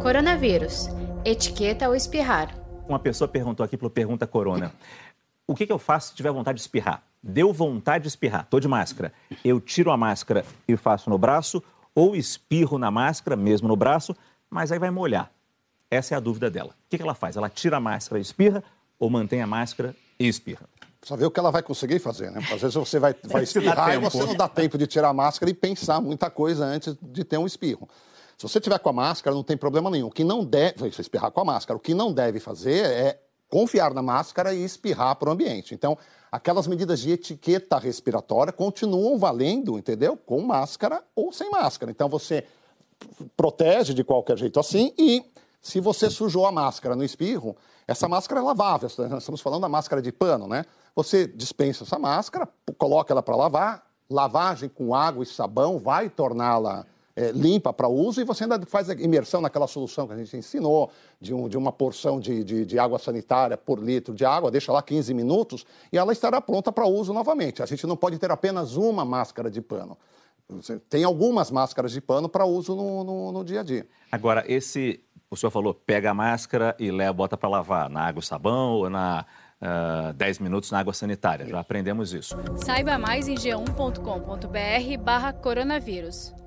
Coronavírus. Etiqueta ao espirrar. Uma pessoa perguntou aqui pelo Pergunta Corona. O que eu faço se tiver vontade de espirrar? Deu vontade de espirrar, estou de máscara. Eu tiro a máscara e faço no braço ou espirro na máscara, mesmo no braço, mas aí vai molhar. Essa é a dúvida dela. O que ela faz? Ela tira a máscara e espirra ou mantém a máscara e espirra? Só ver o que ela vai conseguir fazer, né? Às vezes você vai espirrar e você não dá tempo de tirar a máscara e pensar muita coisa antes de ter um espirro. Se você tiver com a máscara, não tem problema nenhum. O que não deve, você espirrar com a máscara, o que não deve fazer é confiar na máscara e espirrar para o ambiente. Então, aquelas medidas de etiqueta respiratória continuam valendo, entendeu? Com máscara ou sem máscara. Então, você protege de qualquer jeito assim e se você sujou a máscara no espirro, essa máscara é lavável. Nós estamos falando da máscara de pano, né? Você dispensa essa máscara, coloca ela para lavar, lavagem com água e sabão vai torná-la limpa para uso e você ainda faz a imersão naquela solução que a gente ensinou, de uma porção de água sanitária por litro de água, deixa lá 15 minutos e ela estará pronta para uso novamente. A gente não pode ter apenas uma máscara de pano. Tem algumas máscaras de pano para uso no dia a dia. Agora, o senhor falou, pega a máscara e bota para lavar na água e sabão ou 10 minutos na água sanitária. Já aprendemos isso. Saiba mais em g1.com.br/coronavírus.